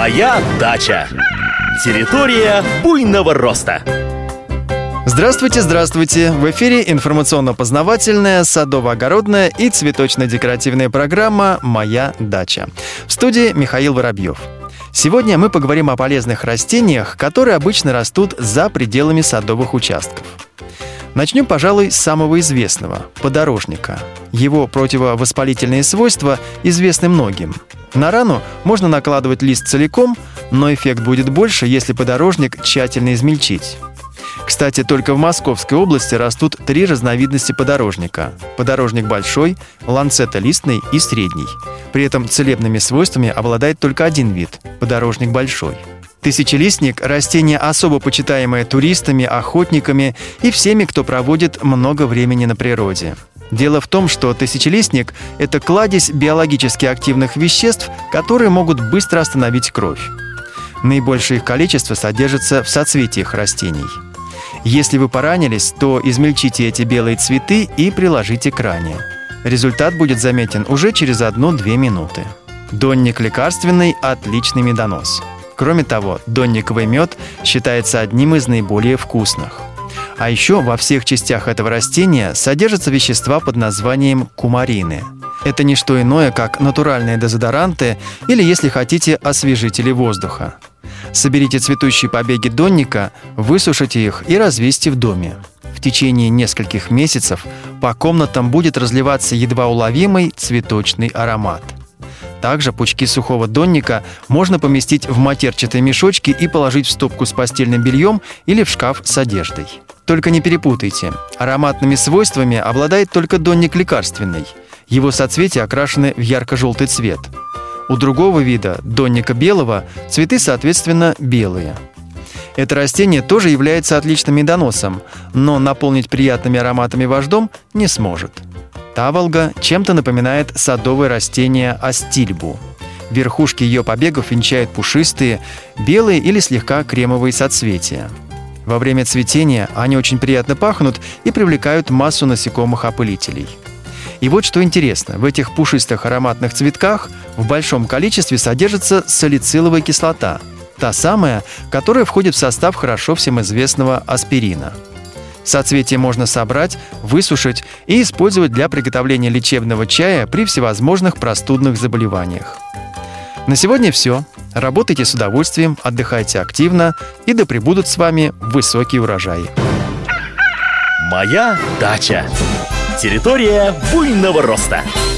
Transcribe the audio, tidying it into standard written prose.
Моя дача. Территория буйного роста. Здравствуйте, здравствуйте! В эфире информационно-познавательная, садово-огородная и цветочно-декоративная программа «Моя дача». В студии Михаил Воробьев. Сегодня мы поговорим о полезных растениях, которые обычно растут за пределами садовых участков. Начнем, пожалуй, с самого известного – подорожника. Его противовоспалительные свойства известны многим. На рану можно накладывать лист целиком, но эффект будет больше, если подорожник тщательно измельчить. Кстати, только в Московской области растут 3 разновидности подорожника. Подорожник большой, ланцетолистный и средний. При этом целебными свойствами обладает только один вид – подорожник большой. Тысячелистник – растение, особо почитаемое туристами, охотниками и всеми, кто проводит много времени на природе. Дело в том, что тысячелистник – это кладезь биологически активных веществ, которые могут быстро остановить кровь. Наибольшее их количество содержится в соцветиях растений. Если вы поранились, то измельчите эти белые цветы и приложите к ране. Результат будет заметен уже через 1-2 минуты. Донник лекарственный – отличный медонос. Кроме того, донниковый мед считается одним из наиболее вкусных. А еще во всех частях этого растения содержатся вещества под названием кумарины. Это не что иное, как натуральные дезодоранты или, если хотите, освежители воздуха. Соберите цветущие побеги донника, высушите их и развесьте в доме. В течение нескольких месяцев по комнатам будет разливаться едва уловимый цветочный аромат. Также пучки сухого донника можно поместить в матерчатые мешочки и положить в стопку с постельным бельем или в шкаф с одеждой. Только не перепутайте. Ароматными свойствами обладает только донник лекарственный. Его соцветия окрашены в ярко-желтый цвет. У другого вида, донника белого, цветы, соответственно, белые. Это растение тоже является отличным медоносом, но наполнить приятными ароматами ваш дом не сможет. Таволга чем-то напоминает садовое растение астильбу. Верхушки ее побегов венчают пушистые, белые или слегка кремовые соцветия. Во время цветения они очень приятно пахнут и привлекают массу насекомых-опылителей. И вот что интересно, в этих пушистых ароматных цветках в большом количестве содержится салициловая кислота, та самая, которая входит в состав хорошо всем известного аспирина. Соцветия можно собрать, высушить и использовать для приготовления лечебного чая при всевозможных простудных заболеваниях. На сегодня все. Работайте с удовольствием, отдыхайте активно, и да пребудут с вами высокие урожаи. Моя дача. Территория буйного роста.